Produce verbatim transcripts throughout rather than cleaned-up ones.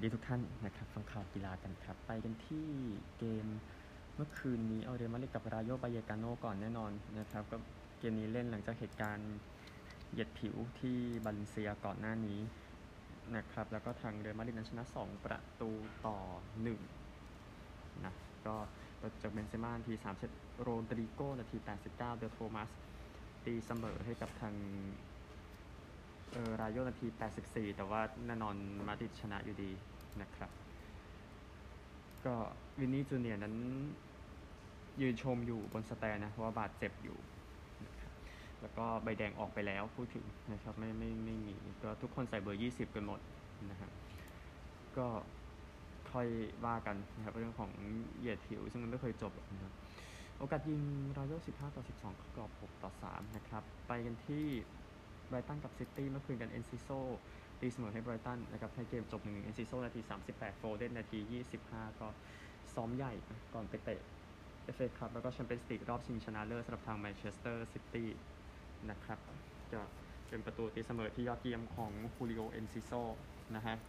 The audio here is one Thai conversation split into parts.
วัสดีทุกท่านนะครับฟังข่าวกีฬากันครับไปกันที่เกมเมื่อคืนนี้เอาเรอัลมาดริดกับรายโยบายเยกาโนก่อนแน่นอนนะครับก็เกมนี้เล่นหลังจากเหตุการณ์เหยียดผิวที่บาเลนเซียก่อนหน้านี้นะครับแล้วก็ทางเรอัลมาดริดนั้นชนะสองประตูต่อหนึ่งนะก็จากเบนเซม่านาทีสามสิบโรดริโกนาทีแปดสิบเก้าเดลโทมัสตีเสมอให้กับทางเออรายโยนาทีแปดสิบสี่แต่ว่าแน่นอนมาดริดชนะอยู่ดีนะครับก็วินนี่จูเนียร์นั้นยืนชมอยู่บนสแตนนะเพราะว่าบาดเจ็บอยู่นะครับแล้วก็ใบแดงออกไปแล้วพูดถึงนะครับไม่ไม่ไม่มีก็ทุกคนใส่เบอร์ยี่สิบกันหมดนะฮะก็ค่อยว่ากันนะครับเรื่องของเหยียดผิวซึ่งมันไม่เคยจบนะครับโอกาสยิงรอยัลสิบห้าต่อสิบสองกรอบหกต่อสามนะครับไปกันที่ไบรตันกับซิตี้เมื่อคืนกันเอนซิโซตีเสมอให้ไบรตันนะครับให้เกมจบหนึ่งหนึ่งเอนซิโซนาทีสามสิบแปดโฟเดนนาทียี่สิบห้าก็ซ้อมใหญ่ก่อนไปเตะ เอฟ เอ ครับแล้วก็แชมเปี้ยนส์ลีกรอบชิงชนะเลิศสำหรับทางแมนเชสเตอร์ซิตี้นะครับจะเป็นประตูตีเสมอที่ยอดเยี่ยมของฮูริโอเอนซิโซนะฮะ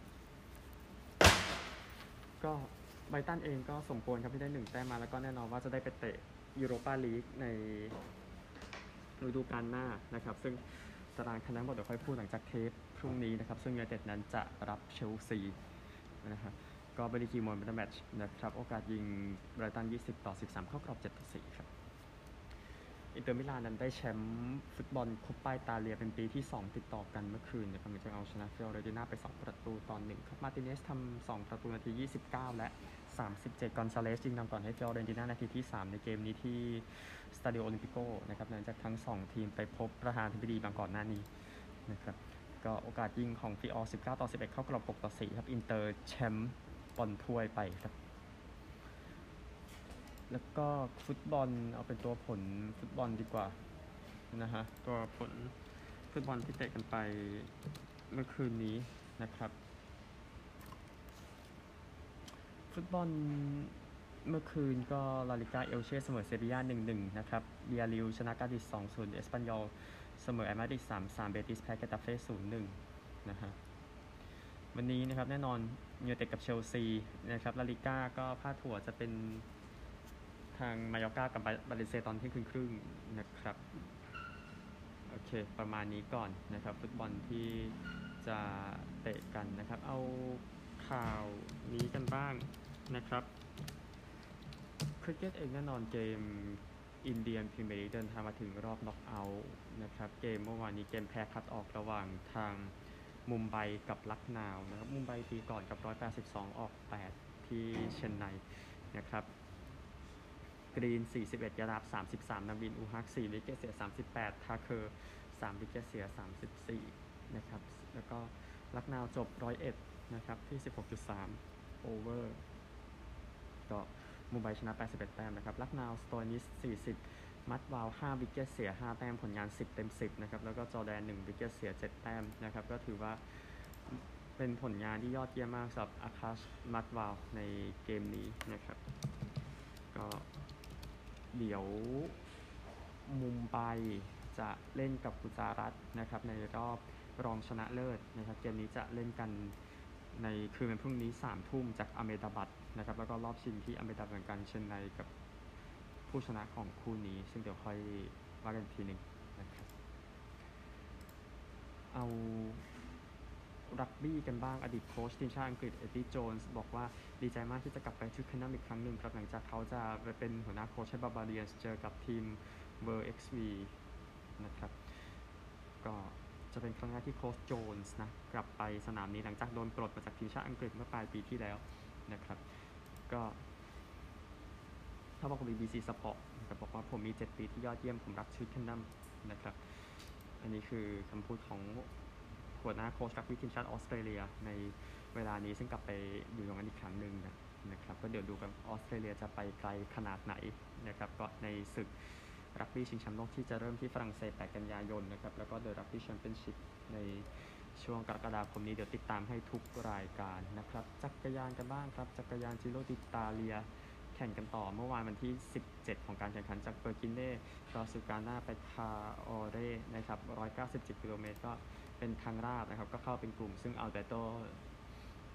ก็ไบรตันเองก็สมควรครับที่ได้หนึ่งแต้มมาแล้วก็แน่นอนว่าจะได้ไปเตะยูโรปาลีกในฤดูกาลหน้านะครับซึ่งตารางคะแนนหมดเดี๋ยวค่อยพูดหลังจากเทปพรุ่งนี้นะครับซึ่งยูไนเต็ดนั้นจะรับเชลซีนะครับก็บริกีมอนเป็นแมตช์นะครับโอกาสยิงไบรตันยี่สิบต่อสิบสามเข้ากรอบเจ็ดต่อสี่ครับอินเตอร์มิลานนั้นได้แชมป์ฟุตบอลโคปาอิตาเลียเป็นปีที่สองติดต่อกันเมื่อคืนนะครับหลังจากเอาชนะฟิออเรนติน่าไปสองประตูต่อหนึ่งครับมาร์ติเนสทำสองประตูนาทียี่สิบเก้าและสามสิบเจ็ดกอนซาเลสยิงนำก่อนให้ฟิออเรนติน่านาทีที่สามในเกมนี้ที่สตาดิโอโอลิมปิโกนะครับหลังจากทั้งสองทีมไปพบประธานาธิบดีมาก่อนหน้านี้นะครับก็โอกาสยิงของฟิออสิบเก้าต่อสิบเอ็ดเข้ากรอบหกต่อสี่ครับอินเตอร์แชมป์บอลถ้วยไปครับแล้วก็ฟุตบอลเอาเป็นตัวผลฟุตบอลดีกว่านะฮะตัวผลฟุตบอลที่เตะกันไปเมื่อคืนนี้นะครับฟุตบอลเมื่อคืนก็ลาลิกาเอลเช่เสมอเซบีย่า หนึ่งหนึ่ง นะครับเบียริลชนะกาดิส สองศูนย์ เอสปันยอลเสมอแอตมาดริด สามสาม เบติสแพ้เกตาเฟ่ ศูนย์หนึ่ง นะฮะวันนี้นะครับแน่นอนยูไนเต็ดกับเชลซีนะครับลาลิก้าก็พาดหัวจะเป็นทางมายอร์กากับบาเลนเซียตอนเที่ยงคืนครึ่งนะครับโอเคประมาณนี้ก่อนนะครับฟุตบอลที่จะเตะกันนะครับเอาข่าวนี้กันบ้างนะครับคริกเก็ตเองแน่นอนเกมอินเดียนพรีเมียร์ลีกเดินทางมาถึงรอบน็อกเอาท์นะครับเกมเมื่อวานนี้เกมแพ้คัดออกระหว่างทางมุมไบกับลักนาวนะครับมุมไบตีก่อนกับหนึ่งร้อยแปดสิบสองออกแปดที่เชนไนนะครับกรีนสี่สิบเอ็ดยาดาบสามสิบสามนาวินอูฮักสี่วิกเก็ตเสียสามสิบแปดทาเคอร์สามวิกเก็ตเสียสามสิบสี่นะครับแล้วก็ลักนาวจบหนึ่งร้อยเอ็ดนะครับที่ สิบหกจุดสาม โอเวอร์ก็มุมไบชนะแปดสิบเอ็ดแต้มนะครับลักนาวสโตนิสสี่สิบมัดวาวห้าวิกเก็ตเสียห้าแต้มผลงานสิบเต็มสิบนะครับแล้วก็จอร์แดนหนึ่งวิกเก็ตเสียเจ็ดแต้มนะครับก็ถือว่าเป็นผลงานที่ยอดเยี่ยมมากสำหรับอาคาชมัดวาวในเกมนี้นะครับก็เดี๋ยวมุมไบจะเล่นกับกุจารัตนะครับในรอบรองชนะเลิศนะครับเกมนี้จะเล่นกันในคืนวันพรุ่งนี้สามทุ่มจากอเมดาบัดนะครับแล้วก็รอบชิงที่อเมดาบัดกันเชนไนกับผู้ชนะของคู่นี้ซึ่งเดี๋ยวค่อยว่ากันทีหนึ่งนะครับเอารักบี้กันบ้างอดีตโค้ชทีมชาติอังกฤษเอ็ดดี้โจนส์บอกว่าดีใจมากที่จะกลับไปทูเคนนัมอีกครั้งหนึ่งครับหลังจากเขาจะไปเป็นหัวหน้าโค้ชให้บาบาเรียนเจอกับทีมเวอร์ เอ็กซ์ วี นะครับก็จะเป็นครั้งแรกที่โค้ชโจนส์นะกลับไปสนามนี้หลังจากโดนปลดมาจากทีมชาติอังกฤษเมื่อปลายปีที่แล้วนะครับก็ถ้าบอกกับ บี บี ซี Sport จะบอกว่าผมมีเจ็ดปีที่ยอดเยี่ยมผมรักทูเคนนัมนะครับอันนี้คือคำพูดของหัวหน้าโค้ชรักบี้ทีมชาติออสเตรเลียในเวลานี้ซึ่งกลับไปอยู่ตรงนั้นอีกครั้งหนึ่งนะนะครับก็เดี๋ยวดูกันออสเตรเลียจะไปไกลขนาดไหนนะครับก็ในศึกรักบี้ชิงแชมป์โลกที่จะเริ่มที่ฝรั่งเศสแปดกันยายนนะครับแล้วก็เดอะรักบี้แชมเปี้ยนชิพในช่วงกรกฎาคมนี้เดี๋ยวติดตามให้ทุกรายการนะครับจักรยานกันบ้างครับจักรยานจิโรดิตาเลียแข่งกันต่อเมื่อวานวันที่สิบเจ็ดของการแข่งขันจากเปอร์กินเน่กอสุการน่าไปคาออเร่นะครับหนึ่งร้อยเก้าสิบเจ็ดกิโลเมตรก็เป็นทางราบนะครับก็เข้าเป็นกลุ่มซึ่งอัลเบโต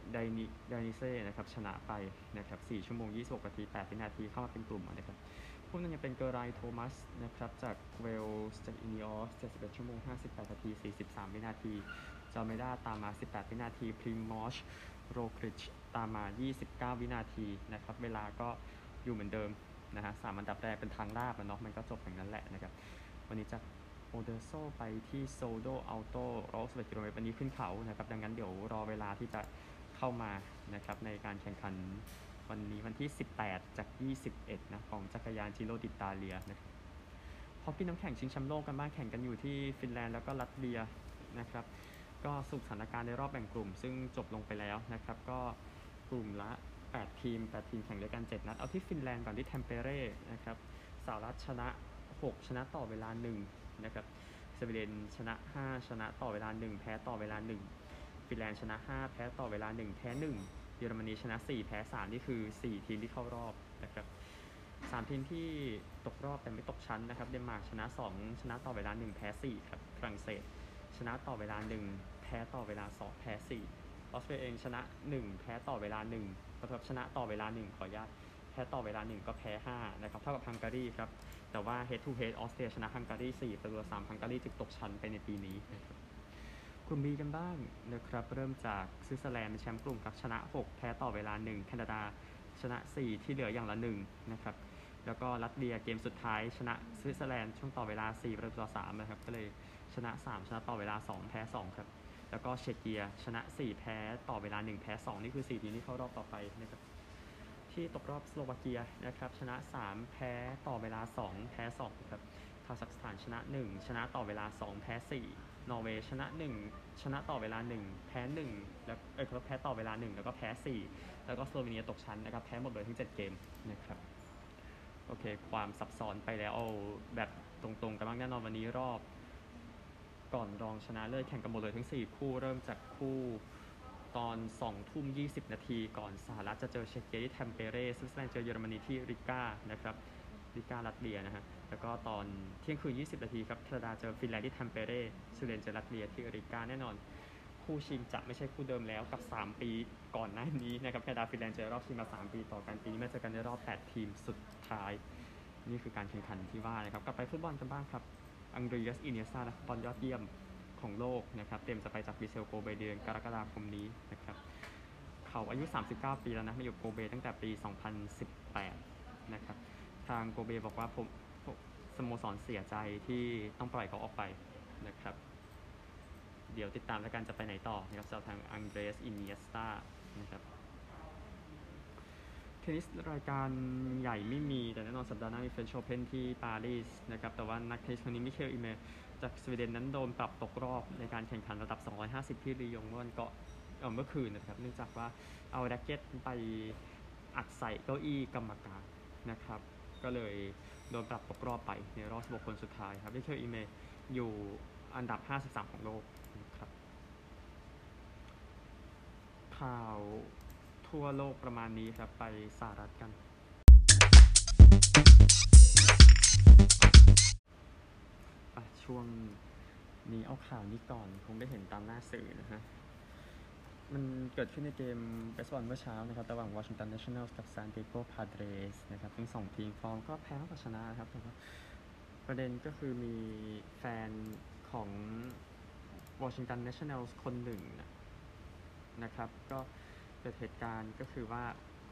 ไดนิไดนิเซ่นะครับชนะไปนะครับสี่ชั่วโมงยี่สิบหกนาทีแปดวินาทีเข้ามาเป็นกลุ่มนะครับพวกนั้นยังเป็นเกอร์ไรโทมัสนะครับจากเวลส์จากอินเนอสเจ็ดสิบเอ็ดชั่วโมงห้าสิบแปดนาทีสี่สิบสามวินาทีจอเมดาตามมาสิบแปดวินาทีพริมอชโรคริชตามมายี่สิบเก้าวินาทีนะครับเวลาก็อยู่เหมือนเดิมนะฮะสามอันดับแรกเป็นทางลาบเนาะมันก็จบอย่างนั้นแหละนะครับวันนี้จากโอเดโซไปที่โซโดอัลโตหนึ่งร้อยสิบเอ็ดกิโลเมตรวันนี้ขึ้นเขานะครับดังนั้นเดี๋ยวรอเวลาที่จะเข้ามานะครับในการแข่งขันวันนี้วันที่สิบแปดจากยี่สิบเอ็ดนะของจักรยานจิโรดิตาเลียนะครับฮอกกี้น้ำแข็งชิงแชมป์โลกกันบ้างแข่งกันอยู่ที่ฟินแลนด์แล้วก็ลัตเวียนะครับก็สรุปสถานการณ์ในรอบแบ่งกลุ่มซึ่งจบลงไปแล้วนะครับก็กลุ่มละแปดทีมแปดทีมแข่งด้วยกันเจ็ดนัดเอาที่ฟินแลนด์ก่อนที่แทมเปเร่นะครับสหรัฐชนะหกชนะต่อเวลาหนึ่งนะครับสวีเดนชนะห้าชนะต่อเวลาหนึ่งแพ้ต่อเวลาหนึ่งฟินแลนด์ชนะห้าแพ้ต่อเวลาหนึ่งแพ้หนึ่งเยอรมนีชนะสี่แพ้สามนี่คือสี่ทีมที่เข้ารอบนะครับสามทีมที่ตกรอบแต่ไม่ตกชั้นนะครับเดนมาร์กชนะสองชนะต่อเวลาหนึ่งแพ้สี่ครับฝรั่งเศสชนะต่อเวลาหนึ่งแพ้ต่อเวลาสองแพ้สี่ออสเตรเลียเองชนะหนึ่งแพ้ต่อเวลาหนึ่งนะครับชนะต่อเวลาหนึ่งขออนุญาตแพ้ต่อเวลาหนึ่งก็แพ้ห้านะครับเท่ากับฮังการีครับแต่ว่า head to head ออสเตรียชนะฮังการีสี่ประตูต่อสามฮังการีจึงตกชั้นไปในปีนี้นะครับกลุ่ม B กันบ้างนะครับเริ่มจากสวิตเซอร์แลนด์เป็นแชมป์กลุ่มครับชนะหกแพ้ต่อเวลาหนึ่งแคนาดาชนะสี่ที่เหลืออย่างละหนึ่งนะครับแล้วก็รัสเซียเกมสุดท้ายชนะสวิตเซอร์แลนด์ช่วงต่อเวลาสี่ประตูต่อสามนะครับก็เลยชนะสามชนะต่อเวลาสองแพ้สองครับแล้วก็เชกเกียชนะสี่แพ้ต่อเวลาหนึ่งแพ้สองนี่คือสี่ทีมที่เข้ารอบต่อไปนะครับที่ตกรอบสโลวาเกียนะครับชนะสามแพ้ต่อเวลาสองแพ้สองครับคาซัคสถานชนะหนึ่งชนะต่อเวลาสองแพ้สี่นอร์เวย์ชนะหนึ่งชนะต่อเวลาหนึ่งแพ้หนึ่งแล้วเออแพ้ต่อเวลาหนึ่งแล้วก็แพ้สี่แล้วก็สโลวีเนียตกชั้นนะครับแพ้หมดเลยทั้งเจ็ดเกมนะครับโอเคความซับซ้อนไปแล้วเอาแบบตรงๆกันบ้างแน่นอนวันนี้รอบก่อนรองชนะเลิศแข่งกันหมดเลยทั้งสี่คู่เริ่มจากคู่ตอนสองทุ่มยี่สิบนาทีก่อนสหรัฐจะเจอเชกเกียที่แทมเปเร่สวิตเซอร์แลนด์เจอเยอรมนีที่ริก้านะครับริก้าลัตเวียนะฮะแล้วก็ตอนเที่ยงคืนยี่สิบนาทีครับแคนาดาเจอฟินแลนด์ที่แทมเปเร่สวีเดนเจอลัตเวียที่ริก้าแน่นอนคู่ชิงจะไม่ใช่คู่เดิมแล้วกับสามปีก่อนหน้านี้นะครับแคนาดาฟินแลนด์เจอรอบชิงมาสามปีต่อกันปีนี้มาเจอกันในรอบแปดทีมสุดท้ายนี่คือการแข่งขันที่ว่านะครับกลับไปฟุตบอลกันบ้างครับอังเดรียสอิเนียซ่านักฟุตบอลยอดเยี่ยมของโลกนะครับเตรียมจะไปจากบิเซลโกเบเดือนกรกฎาคมนี้นะครับเขาอายุสามสิบเก้าปีแล้วนะมาอยู่โกเบตั้งแต่ปีสองพันสิบแปดนะครับทางโกเบบอกว่าผมสโมสรเสียใจที่ต้องปล่อยเขาออกไปนะครับเดี๋ยวติดตามแล้วกันจะไปไหนต่อนะครับจากทางอังเดรสอินเนียสตานะครับเทนนิสรายการใหญ่ไม่มีแต่แน่นอนสัปดาห์หน้ามีเฟรนช์โอเพ่นที่ปารีสนะครับแต่ว่านักเทนนิสคนนี้มิเคลอิเมจากสวีเดนนั้นโดนปรับตกรอบในการแข่งขันระดับสองร้อยห้าสิบที่ลียงเมื่อวันเกาะเมื่อคืนนะครับเนื่องจากว่าเอาแร็กเก็ตไปอัดใส่เก้าอี้กรรมการนะครับก็เลยโดนปรับตกรอบไปในรอบสิบหกคนสุดท้ายครับมิเคลอิเมอยู่อันดับห้าสิบสามของโลกนะครับข่าวทั่วโลกประมาณนี้ครับไปสหรัฐกันช่วงนี้เอาข่าวนี้ก่อนคงได้เห็นตามหน้าสื่อนะฮะมันเกิดขึ้นในเกมเบสบอลเมื่อเช้านะครับระหว่าง Washington Nationals กับ San Diego Padres นะครับทั้งสองทีมฟอร์มก็แพ้มากกว่าชนะครับแต่ว่าประเด็นก็คือมีแฟนของ Washington Nationals คนหนึ่งนะครับก็เกิดเหตุการณ์ก็คือว่า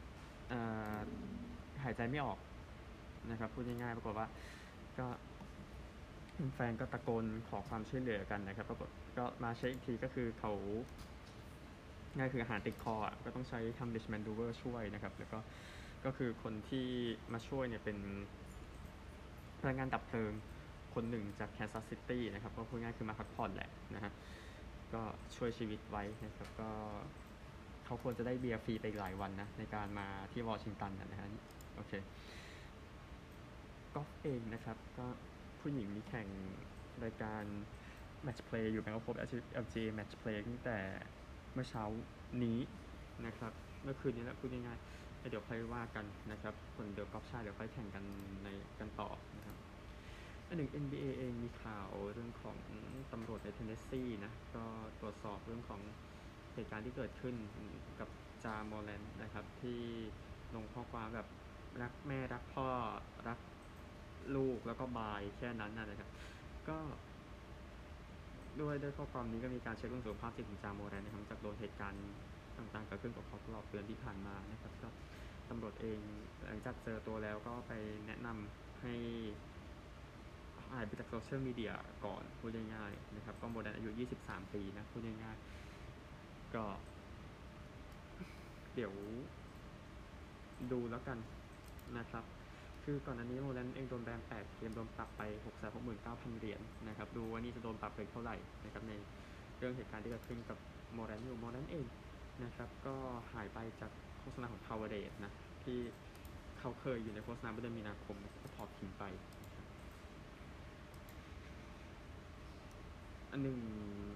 หายใจไม่ออกนะครับพูดง่ายๆปรากฏว่าก็แฟนก็ตะโกนขอความช่วยเหลือกันนะครับปรากฏก็มาเช็คอีกทีก็คือเขาง่ายคืออาหารติดคออ่ะก็ต้องใช้ทำ Dutch Maneuver ช่วยนะครับแล้วก็ก็คือคนที่มาช่วยเนี่ยเป็นพนักงานดับเพลิงคนหนึ่งจากแคนซัสซิตี้นะครับก็พูดง่ายคือมาพักผ่อนแหละนะฮะก็ช่วยชีวิตไว้นะครับก็เขาควรจะได้เบียร์ฟรีไปอีกหลายวันนะในการมาที่วอชิงตันนะฮะโอเคกอล์ฟเองนะครับก็ผู้หญิงมีแข่งรายการแมตช์เพลย์อยู่แบงก์พบ แอล จี แมตช์เพลย์ตั้งแต่เมื่อเช้านี้นะครับเมื่อคืนนี้แล้วพูดง่ายๆเดี๋ยวค่อยว่ากันนะครับคนเดี๋ยวกอล์ฟชายเดี๋ยวค่อยแข่งกันในกันต่อนะครับอันหนึ่ง เอ็น บี เอ เองมีข่าวเรื่องของตำรวจในเทนเนสซีนะก็ตรวจสอบเรื่องของเหตุการณ์ที่เกิดขึ้นกับจาโมแลนนะครับที่ลงข้อความแบบรักแม่รักพ่อรักลูกแล้วก็บายแค่นั้นนะครับก็ด้วยด้วยข้อความนี้ก็มีการเช็คเรื่องสุขภาพจิตของจาโมแลนนะครับจากโดนเหตุการณ์ต่างๆเกิดขึ้นกับเขาตลอดเดือนที่ผ่านมานะครับก็ตำรวจเองหลังจากเจอตัวแล้วก็ไปแนะนำให้หายไปจากโซเชียลมีเดียก่อนพูดง่ายๆนะครับก็โมแลนอายุยี่สิบสามปีนะพูดง่ายๆก็เดี๋ยวดูแล้วกันนะครับคือก่อนหน้านี้โมแลนเองโดนแบนแปดเกมโดนปรับไป หกแสนหกหมื่นเก้าพัน เหรียญนะครับดูว่านี่จะโดนปรับไปเท่าไหร่นะครับในเรื่องเหตุการณ์ที่เกิดขึ้นกับโมแลนอยู่โมแลนเองนะครับก็หายไปจากโฆษณาของ Powerade นะที่เขาเคยอยู่ในโฆษณาเมื่อเดือนมีนาคมก็ถอดทิ้งไปอันหนึ่ง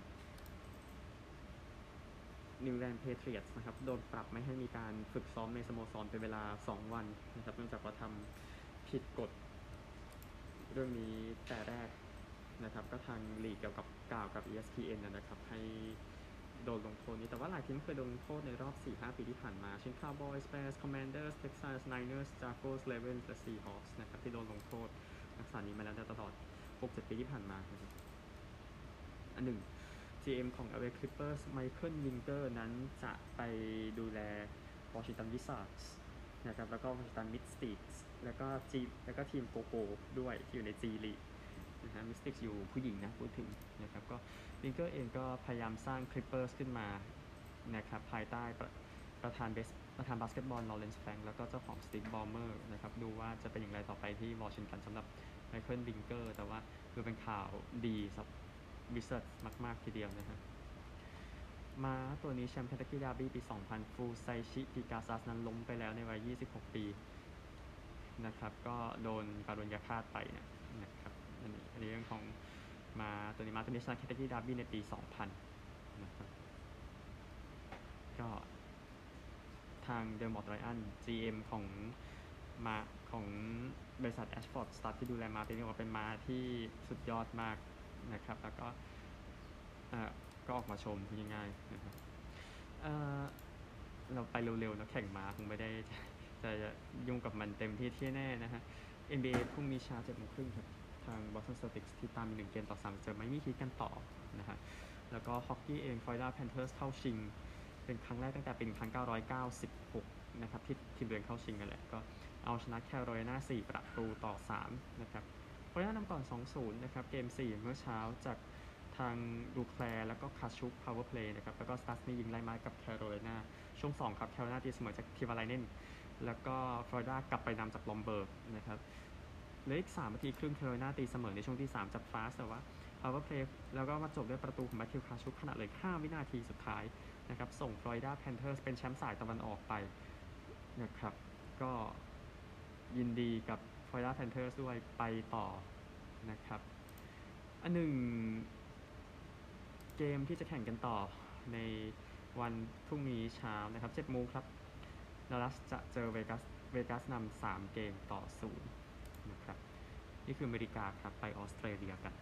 นิวแลนด์เพเทรียตส์นะครับโดนปรับไม่ให้มีการฝึกซ้อมในสโมสรเป็นเวลาสองวันนะครับเนื่องจากว่าทำผิดกฎเรื่องนี้แต่แรกนะครับก็ทางลีกเกี่ยวกับกล่าวกับ อี เอส พี เอ็น นะครับให้โดนลงโทษนี้แต่ว่าหลายทีมเคยโดนลงโทษในรอบ สี่ห้า ปีที่ผ่านมาเช่น Cowboys Bears Commanders Texans Niners Jaguars Ravens และ Seahawks นะครับที่โดนลงโทษลักษณะนี้มาแล้วตลอด หกเจ็ด ปีที่ผ่านมานะครับอันหนึ่ง จี เอ็ม ของ แอล เอ Clippers Michael Winger นั้นจะไปดูแล Washington Wizards นะครับแล้วก็ Washington Mystics แล้วก็ G แล้วก็ทีมโกโก้ด้วยที่อยู่ใน G League นะฮะ Mystics อยู่ผู้หญิงนะพูดถึงนะครับก็ Winger เองก็พยายามสร้าง Clippers ขึ้นมานะครับภายใต้ประประธานเบสประธานบาสเกตบอล Lawrence Frank แล้วก็เจ้าของ Steve Ballmer นะครับดูว่าจะเป็นอย่างไรต่อไปที่ Washington สำหรับ Michael Winger แต่ว่าดูเป็นข่าวดีสำหรับวิสัทมากๆทีเดียวนะฮะม้าตัวนี้แชมป์ Kentucky Derby ปี สองพัน ฟูไซชิกิกาซัสนั้นล้มไปแล้วในวัย ยี่สิบหก ปีนะครับก็โดนการโดนยาฆ่าไปเนี่ยนะครับอันนี้อันนี้เรื่องของม้าตัวนี้ม้าตัวนี้ชนะ Kentucky Derby ในปี สองพัน นะครับก็ทางเดลมอร์ตไรอัน จี เอ็ม ของม้าของบริษัท Ashford Stud ที่ดูแลม้าเป็นเรียกว่าเป็นม้าที่สุดยอดมากนะครับแล้วก็ก็ออกมาชมพูดง่ายๆนะครับเเราไปเร็วๆนะแข่งม้าคงไม่ได้จะยุ่งกับมันเต็มที่ที่แน่นะฮะ เอ็น บี เอ พรุ่งนี้เช้าเจ็ดโมงครึ่งครับทาง Boston Celtics ที่ตามมีหนึ่งเกมต่อสามเจอไมมี่ฮีทกันต่อนะฮะแล้วก็ฮอกกี้เอง Florida Panthers เข้าชิงเป็นครั้งแรกตั้งแต่ปีหนึ่งพันเก้าร้อยเก้าสิบหกนะครับที่ทีมเดินเข้าชิงกันแหละก็เอาชนะแคโรไลนาสี่ประตูต่อสามนะครับโคราชนำก่อน สองศูนย์ นะครับเกมสี่เมื่อเช้าจากทางดูแคลร์แล้วก็คาชุกพาวเวอร์เพลย์นะครับแล้วก็สตัสมียิงไล่มากับแคโรไลนาช่วงสองครับแคโรไลนาตีเสมอจากทีวาไลเนนแล้วก็ฟลอริดากลับไปนำจากลอมเบิร์กนะครับเหลืออีกสามนาทีครึ่งแคโรไลนาตีเสมอในช่วงที่สามจากฟาสแต่ว่าพาวเวอร์เพลย์แล้วก็มาจบด้วยประตูของแมทธิวคาชุกขณะเหลือห้าวินาทีสุดท้ายนะครับส่งฟลอริดาแพนเทอร์สเป็นแชมป์สายตะวันออกไปนะครับก็ยินดีกับฟลอริดาแพนเทอร์สด้วยไปต่อนะครับอันหนึ่งเกมที่จะแข่งกันต่อในวันพรุ่งนี้เช้านะครับเจ็ดโมงครับดัลลัสจะเจอเวกัสเวกัสนำสามเกมต่อศูนย์นะครับนี่คืออเมริกาครับไปออสเตรเลียกัน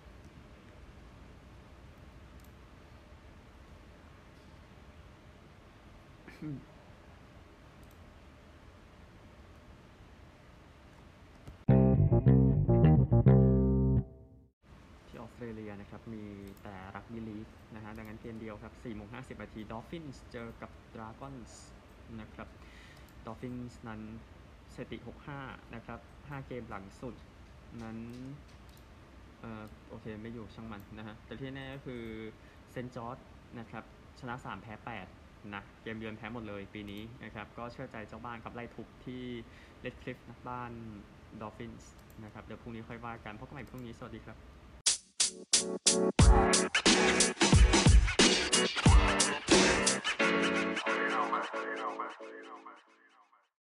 ที่ออสเตรเลียนะครับมีแต่รักบี้ลีกนะฮะดังนั้นเกมเดียวครับ สี่โมงห้าสิบ นาทีดอลฟินส์เจอกับดราก้อนส์นะครับดอลฟินส์นั้นสถิติ หกห้า นะครับห้าเกมหลังสุดนั้นเอ่อโอเคไม่อยู่ช่างมันนะฮะแต่ที่แน่ก็คือเซนต์จอร์จนะครับชนะสามแพ้แปดนะเกมเยือนแพ้หมดเลยปีนี้นะครับก็เชื่อใจเจ้าบ้านกับไล่ทุบที่เลดคลิฟนักบ้านดอลฟินส์นะครับเดี๋ยวพรุ่งนี้ค่อยว่ากันพบกันใหม่พรุ่งนี้สวัสดีครับYou know, man. You know, man. You know, man.